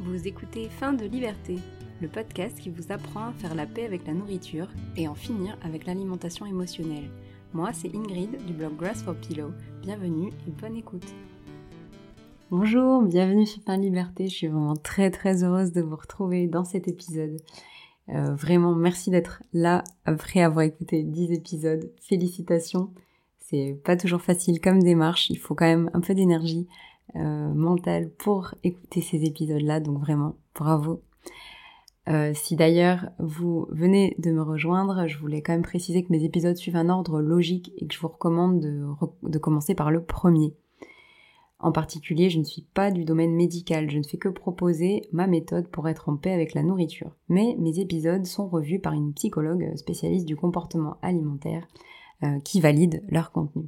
Vous écoutez Fin de Liberté, le podcast qui vous apprend à faire la paix avec la nourriture et en finir avec l'alimentation émotionnelle. Moi, c'est Ingrid du blog Grass for Pillow. Bienvenue et bonne écoute. Bonjour, bienvenue sur Fin de Liberté. Je suis vraiment très heureuse de vous retrouver dans cet épisode. Vraiment, merci d'être là après avoir écouté 10 épisodes. Félicitations. C'est pas toujours facile comme démarche. Il faut quand même un peu d'énergie mentale pour écouter ces épisodes-là. Donc vraiment, bravo. Si d'ailleurs vous venez de me rejoindre, je voulais quand même préciser que mes épisodes suivent un ordre logique et que je vous recommande de commencer par le premier. En particulier, je ne suis pas du domaine médical, je ne fais que proposer ma méthode pour être en paix avec la nourriture. Mais mes épisodes sont revus par une psychologue spécialiste du comportement alimentaire qui valide leur contenu.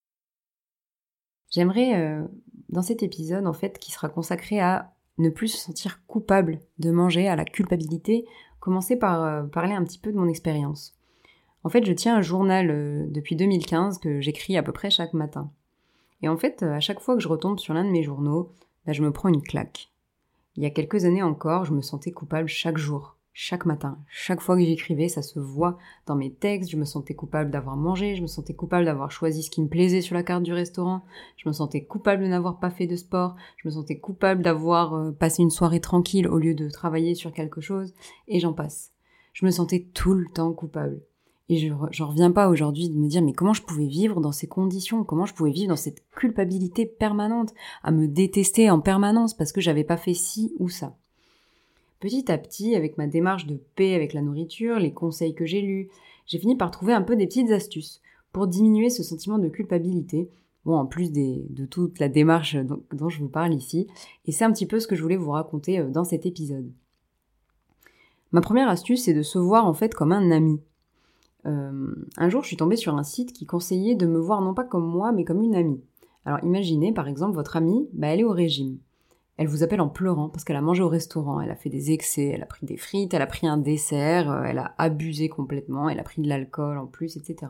J'aimerais, dans cet épisode, en fait, qui sera consacré à ne plus se sentir coupable de manger, à la culpabilité, commencer par parler un petit peu de mon expérience. En fait, je tiens un journal depuis 2015 que j'écris à peu près chaque matin. Et en fait, à chaque fois que je retombe sur l'un de mes journaux, je me prends une claque. Il y a quelques années encore, je me sentais coupable chaque jour, chaque matin. Chaque fois que j'écrivais, ça se voit dans mes textes, je me sentais coupable d'avoir mangé, je me sentais coupable d'avoir choisi ce qui me plaisait sur la carte du restaurant, je me sentais coupable de n'avoir pas fait de sport, je me sentais coupable d'avoir passé une soirée tranquille au lieu de travailler sur quelque chose, et j'en passe. Je me sentais tout le temps coupable. Et j'en reviens pas aujourd'hui de me dire mais comment je pouvais vivre dans ces conditions, comment je pouvais vivre dans cette culpabilité permanente, à me détester en permanence parce que j'avais pas fait ci ou ça. Petit à petit, avec ma démarche de paix avec la nourriture, les conseils que j'ai lus, j'ai fini par trouver un peu des petites astuces pour diminuer ce sentiment de culpabilité, en plus de toute la démarche dont je vous parle ici, et c'est un petit peu ce que je voulais vous raconter dans cet épisode. Ma première astuce, c'est de se voir en fait comme un ami. Un jour, je suis tombée sur un site qui conseillait de me voir non pas comme moi, mais comme une amie. Alors imaginez, par exemple, votre amie, elle est au régime. Elle vous appelle en pleurant parce qu'elle a mangé au restaurant, elle a fait des excès, elle a pris des frites, elle a pris un dessert, elle a abusé complètement, elle a pris de l'alcool en plus, etc.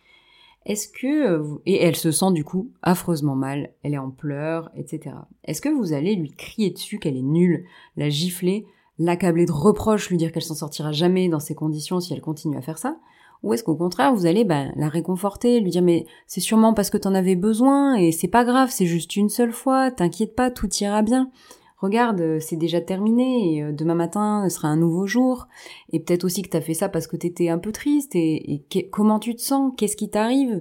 Est-ce que... Et elle se sent du coup affreusement mal, elle est en pleurs, etc. Est-ce que vous allez lui crier dessus qu'elle est nulle, la gifler, l'accabler de reproches, lui dire qu'elle s'en sortira jamais dans ces conditions si elle continue à faire ça ? Ou est-ce qu'au contraire, vous allez la réconforter, lui dire « mais c'est sûrement parce que t'en avais besoin et c'est pas grave, c'est juste une seule fois, t'inquiète pas, tout ira bien. Regarde, c'est déjà terminé et demain matin, ce sera un nouveau jour. Et peut-être aussi que t'as fait ça parce que t'étais un peu triste comment tu te sens, qu'est-ce qui t'arrive,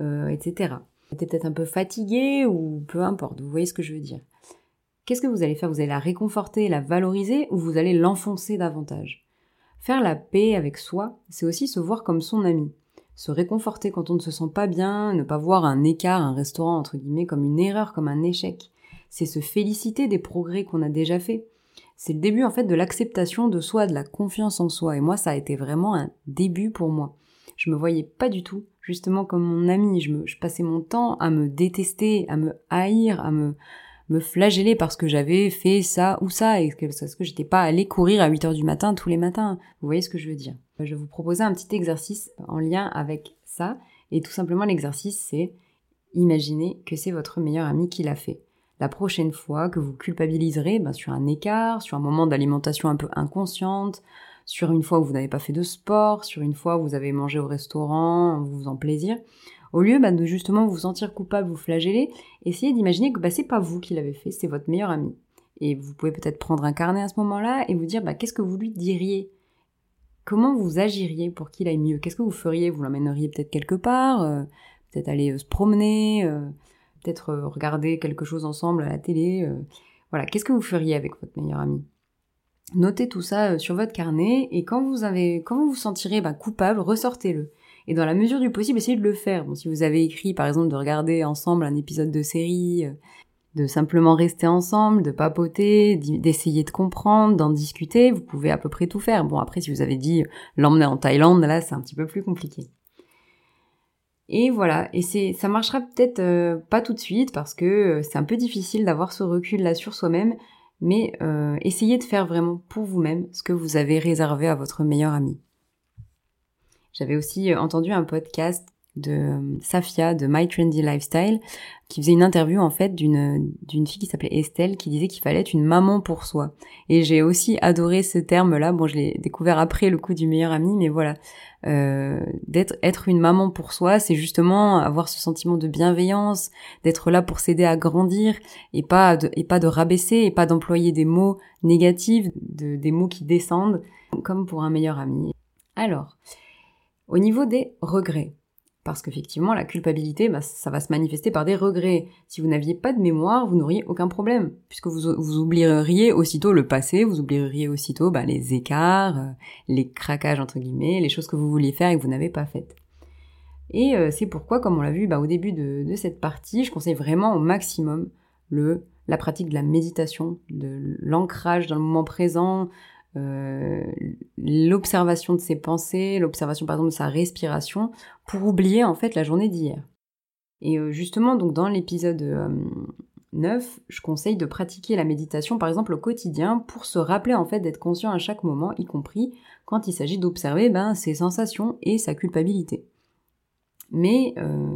etc. T'es peut-être un peu fatigué ou peu importe, vous voyez ce que je veux dire. Qu'est-ce que vous allez faire ? Vous allez la réconforter, la valoriser ou vous allez l'enfoncer davantage ? Faire la paix avec soi, c'est aussi se voir comme son ami. Se réconforter quand on ne se sent pas bien, ne pas voir un écart, un restaurant entre guillemets comme une erreur, comme un échec. C'est se féliciter des progrès qu'on a déjà faits. C'est le début en fait de l'acceptation de soi, de la confiance en soi. Et moi, ça a été vraiment un début pour moi. Je me voyais pas du tout, justement comme mon ami. Je passais mon temps à me détester, à me haïr, à me flageller parce que j'avais fait ça ou ça et parce que j'étais pas allée courir à 8h du matin tous les matins. Vous voyez ce que je veux dire ? Je vais vous proposer un petit exercice en lien avec ça et tout simplement l'exercice c'est imaginer que c'est votre meilleur ami qui l'a fait. La prochaine fois que vous culpabiliserez sur un écart, sur un moment d'alimentation un peu inconsciente, sur une fois où vous n'avez pas fait de sport, sur une fois où vous avez mangé au restaurant en vous faisant plaisir, au lieu de justement vous sentir coupable, vous flageller, essayez d'imaginer que c'est pas vous qui l'avez fait, c'est votre meilleur ami. Et vous pouvez peut-être prendre un carnet à ce moment-là et vous dire qu'est-ce que vous lui diriez ? Comment vous agiriez pour qu'il aille mieux ? Qu'est-ce que vous feriez ? Vous l'emmèneriez peut-être quelque part, peut-être aller se promener, peut-être regarder quelque chose ensemble à la télé. Voilà, qu'est-ce que vous feriez avec votre meilleur ami ? Notez tout ça sur votre carnet et quand vous vous sentirez coupable, ressortez-le. Et dans la mesure du possible, essayez de le faire. Bon, si vous avez écrit, par exemple, de regarder ensemble un épisode de série, de simplement rester ensemble, de papoter, d'essayer de comprendre, d'en discuter, vous pouvez à peu près tout faire. Bon, après, si vous avez dit l'emmener en Thaïlande, là, c'est un petit peu plus compliqué. Et voilà, et ça marchera peut-être pas tout de suite parce que c'est un peu difficile d'avoir ce recul-là sur soi-même, mais essayez de faire vraiment pour vous-même ce que vous avez réservé à votre meilleur ami. J'avais aussi entendu un podcast Safia de My Trendy Lifestyle, qui faisait une interview en fait d'une fille qui s'appelait Estelle, qui disait qu'il fallait être une maman pour soi. Et j'ai aussi adoré ce terme-là. Bon, je l'ai découvert après le coup du meilleur ami, mais voilà. Être une maman pour soi, c'est justement avoir ce sentiment de bienveillance, d'être là pour s'aider à grandir et pas de rabaisser et pas d'employer des mots négatifs, des mots qui descendent, comme pour un meilleur ami. Alors, au niveau des regrets, parce qu'effectivement, la culpabilité, ça va se manifester par des regrets. Si vous n'aviez pas de mémoire, vous n'auriez aucun problème, puisque vous oublieriez aussitôt le passé, vous oublieriez aussitôt les écarts, les craquages entre guillemets, les choses que vous vouliez faire et que vous n'avez pas faites. Et c'est pourquoi, comme on l'a vu au début de cette partie, je conseille vraiment au maximum la pratique de la méditation, de l'ancrage dans le moment présent, l'observation de ses pensées, l'observation par exemple de sa respiration, pour oublier en fait la journée d'hier. Et justement, donc dans l'épisode 9, je conseille de pratiquer la méditation par exemple au quotidien pour se rappeler en fait d'être conscient à chaque moment, y compris quand il s'agit d'observer ses sensations et sa culpabilité. Mais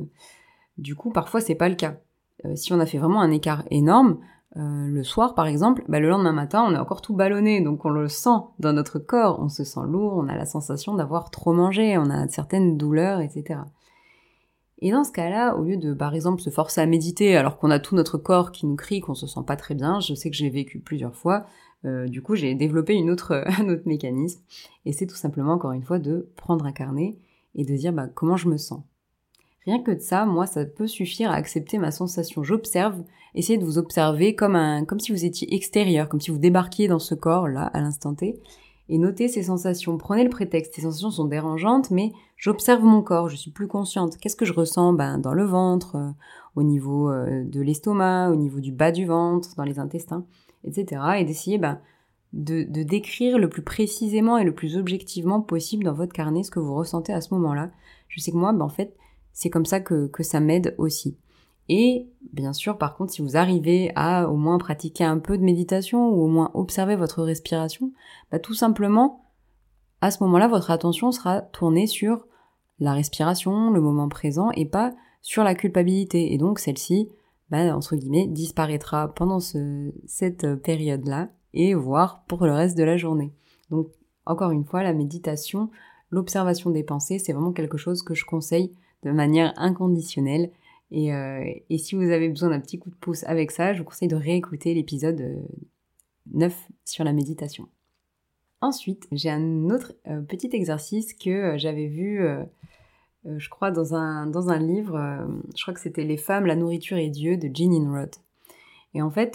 du coup, parfois c'est pas le cas. Si on a fait vraiment un écart énorme, le soir par exemple, le lendemain matin on est encore tout ballonné, donc on le sent dans notre corps, on se sent lourd, on a la sensation d'avoir trop mangé, on a certaines douleurs, etc. Et dans ce cas-là, au lieu de par exemple se forcer à méditer alors qu'on a tout notre corps qui nous crie qu'on se sent pas très bien, je sais que j'ai vécu plusieurs fois, du coup j'ai développé un autre mécanisme, et c'est tout simplement encore une fois de prendre un carnet et de dire comment je me sens. Rien que de ça, moi, ça peut suffire à accepter ma sensation. J'observe, essayez de vous observer comme si vous étiez extérieur, comme si vous débarquiez dans ce corps-là, à l'instant T, et notez ces sensations. Prenez le prétexte, ces sensations sont dérangeantes, mais j'observe mon corps, je suis plus consciente. Qu'est-ce que je ressens dans le ventre, au niveau de l'estomac, au niveau du bas du ventre, dans les intestins, etc. Et d'essayer de décrire le plus précisément et le plus objectivement possible dans votre carnet ce que vous ressentez à ce moment-là. Je sais que moi, en fait, c'est comme ça que ça m'aide aussi. Et bien sûr, par contre, si vous arrivez à au moins pratiquer un peu de méditation ou au moins observer votre respiration, tout simplement, à ce moment-là, votre attention sera tournée sur la respiration, le moment présent, et pas sur la culpabilité. Et donc, celle-ci, entre guillemets, disparaîtra pendant cette période-là, et voire pour le reste de la journée. Donc, encore une fois, la méditation, l'observation des pensées, c'est vraiment quelque chose que je conseille de manière inconditionnelle. Et si vous avez besoin d'un petit coup de pouce avec ça, je vous conseille de réécouter l'épisode 9 sur la méditation. Ensuite, j'ai un autre petit exercice que j'avais vu, je crois, dans un livre, je crois que c'était Les femmes, la nourriture et Dieu de Jean Inroth. Et en fait,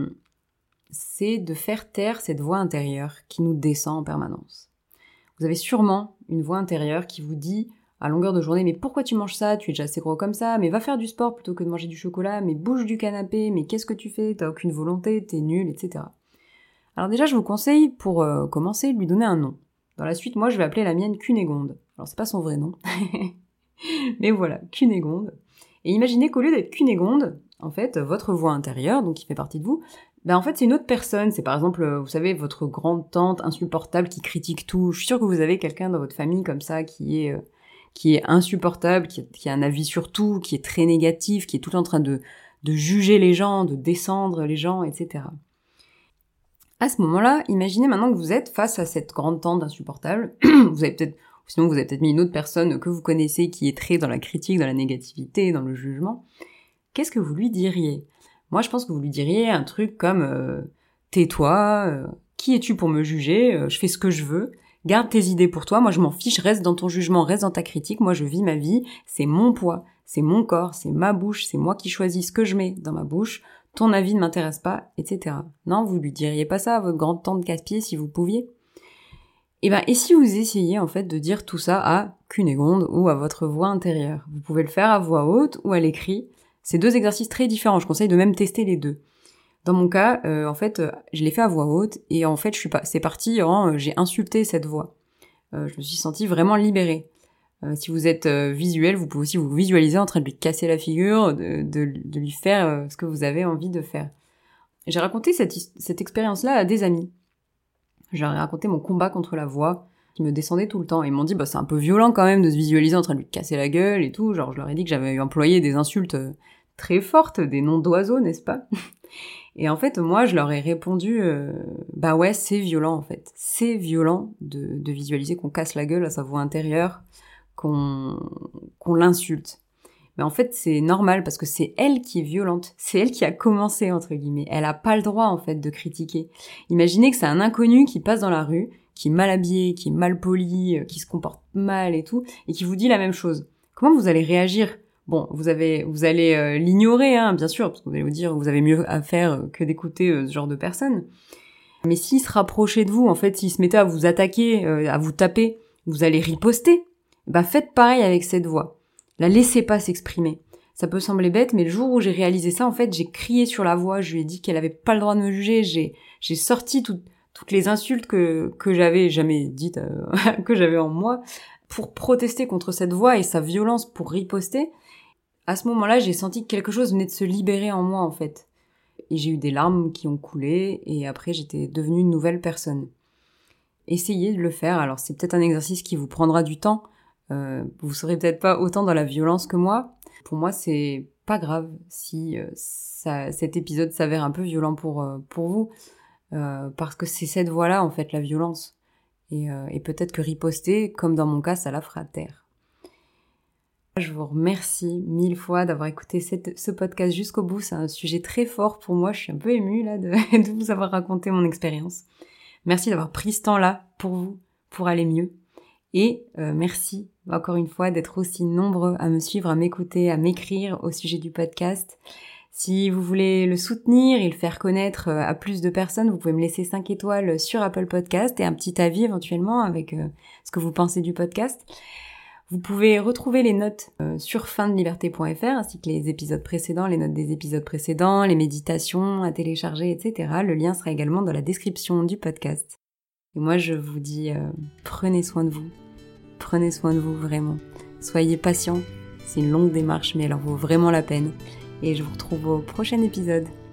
c'est de faire taire cette voix intérieure qui nous descend en permanence. Vous avez sûrement une voix intérieure qui vous dit à longueur de journée, mais pourquoi tu manges ça? Tu es déjà assez gros comme ça, mais va faire du sport plutôt que de manger du chocolat, mais bouge du canapé, mais qu'est-ce que tu fais? T'as aucune volonté, t'es nul, etc. Alors déjà, je vous conseille, pour commencer, de lui donner un nom. Dans la suite, moi, je vais appeler la mienne Cunégonde. Alors, c'est pas son vrai nom. Mais voilà, Cunégonde. Et imaginez qu'au lieu d'être Cunégonde, en fait, votre voix intérieure, donc qui fait partie de vous, en fait, c'est une autre personne. C'est par exemple, vous savez, votre grande-tante insupportable qui critique tout. Je suis sûre que vous avez quelqu'un dans votre famille comme ça qui est insupportable, qui a un avis sur tout, qui est très négatif, qui est tout le temps en train de juger les gens, de descendre les gens, etc. À ce moment-là, imaginez maintenant que vous êtes face à cette grande tante insupportable. Sinon vous avez peut-être mis une autre personne que vous connaissez qui est très dans la critique, dans la négativité, dans le jugement. Qu'est-ce que vous lui diriez? Moi, je pense que vous lui diriez un truc comme tais-toi, qui es-tu pour me juger, je fais ce que je veux. Garde tes idées pour toi, moi je m'en fiche, reste dans ton jugement, reste dans ta critique, moi je vis ma vie, c'est mon poids, c'est mon corps, c'est ma bouche, c'est moi qui choisis ce que je mets dans ma bouche, ton avis ne m'intéresse pas, etc. Non, vous lui diriez pas ça à votre grande tante casse-pied si vous pouviez? Et si vous essayez en fait de dire tout ça à Cunégonde ou à votre voix intérieure? Vous pouvez le faire à voix haute ou à l'écrit, c'est deux exercices très différents, je conseille de même tester les deux. Dans mon cas, je l'ai fait à voix haute et en fait, c'est parti, j'ai insulté cette voix. Je me suis sentie vraiment libérée. Si vous êtes visuel, vous pouvez aussi vous visualiser en train de lui casser la figure, de lui faire ce que vous avez envie de faire. J'ai raconté cette expérience-là à des amis. Je leur ai raconté mon combat contre la voix, qui me descendaient tout le temps. Ils m'ont dit, c'est un peu violent quand même de se visualiser en train de lui casser la gueule et tout. Genre, je leur ai dit que j'avais employé des insultes très fortes, des noms d'oiseaux, n'est-ce pas? Et en fait, moi, je leur ai répondu, ouais, c'est violent, en fait. C'est violent de visualiser qu'on casse la gueule à sa voix intérieure, qu'on l'insulte. Mais en fait, c'est normal parce que c'est elle qui est violente. C'est elle qui a commencé, entre guillemets. Elle a pas le droit, en fait, de critiquer. Imaginez que c'est un inconnu qui passe dans la rue, qui est mal habillé, qui est mal poli, qui se comporte mal et tout, et qui vous dit la même chose. Comment vous allez réagir? Bon, vous allez l'ignorer, hein, bien sûr, parce que vous allez vous dire, vous avez mieux à faire que d'écouter ce genre de personnes. Mais s'il se rapprochait de vous, en fait, s'il se mettait à vous attaquer, à vous taper, vous allez riposter. Faites pareil avec cette voix. La laissez pas s'exprimer. Ça peut sembler bête, mais le jour où j'ai réalisé ça, en fait, j'ai crié sur la voix, je lui ai dit qu'elle avait pas le droit de me juger, j'ai sorti toutes les insultes que j'avais jamais dites, que j'avais en moi, pour protester contre cette voix et sa violence, pour riposter. À ce moment-là, j'ai senti que quelque chose venait de se libérer en moi, en fait. Et j'ai eu des larmes qui ont coulé, et après, j'étais devenue une nouvelle personne. Essayez de le faire. Alors, c'est peut-être un exercice qui vous prendra du temps. Vous serez peut-être pas autant dans la violence que moi. Pour moi, c'est pas grave si cet épisode s'avère un peu violent pour vous, parce que c'est cette voie-là, en fait, la violence. Et peut-être que riposter, comme dans mon cas, ça la fera taire. Je vous remercie 1000 fois d'avoir écouté ce podcast jusqu'au bout. C'est un sujet très fort pour moi. Je suis un peu émue là de vous avoir raconté mon expérience. Merci d'avoir pris ce temps-là pour vous, pour aller mieux. Et merci encore une fois d'être aussi nombreux à me suivre, à m'écouter, à m'écrire au sujet du podcast. Si vous voulez le soutenir et le faire connaître à plus de personnes, vous pouvez me laisser 5 étoiles sur Apple Podcast et un petit avis éventuellement avec ce que vous pensez du podcast. Vous pouvez retrouver les notes sur findeliberté.fr ainsi que les épisodes précédents, les notes des épisodes précédents, les méditations à télécharger, etc. Le lien sera également dans la description du podcast. Et moi, je vous dis, prenez soin de vous. Prenez soin de vous, vraiment. Soyez patients. C'est une longue démarche, mais elle en vaut vraiment la peine. Et je vous retrouve au prochain épisode.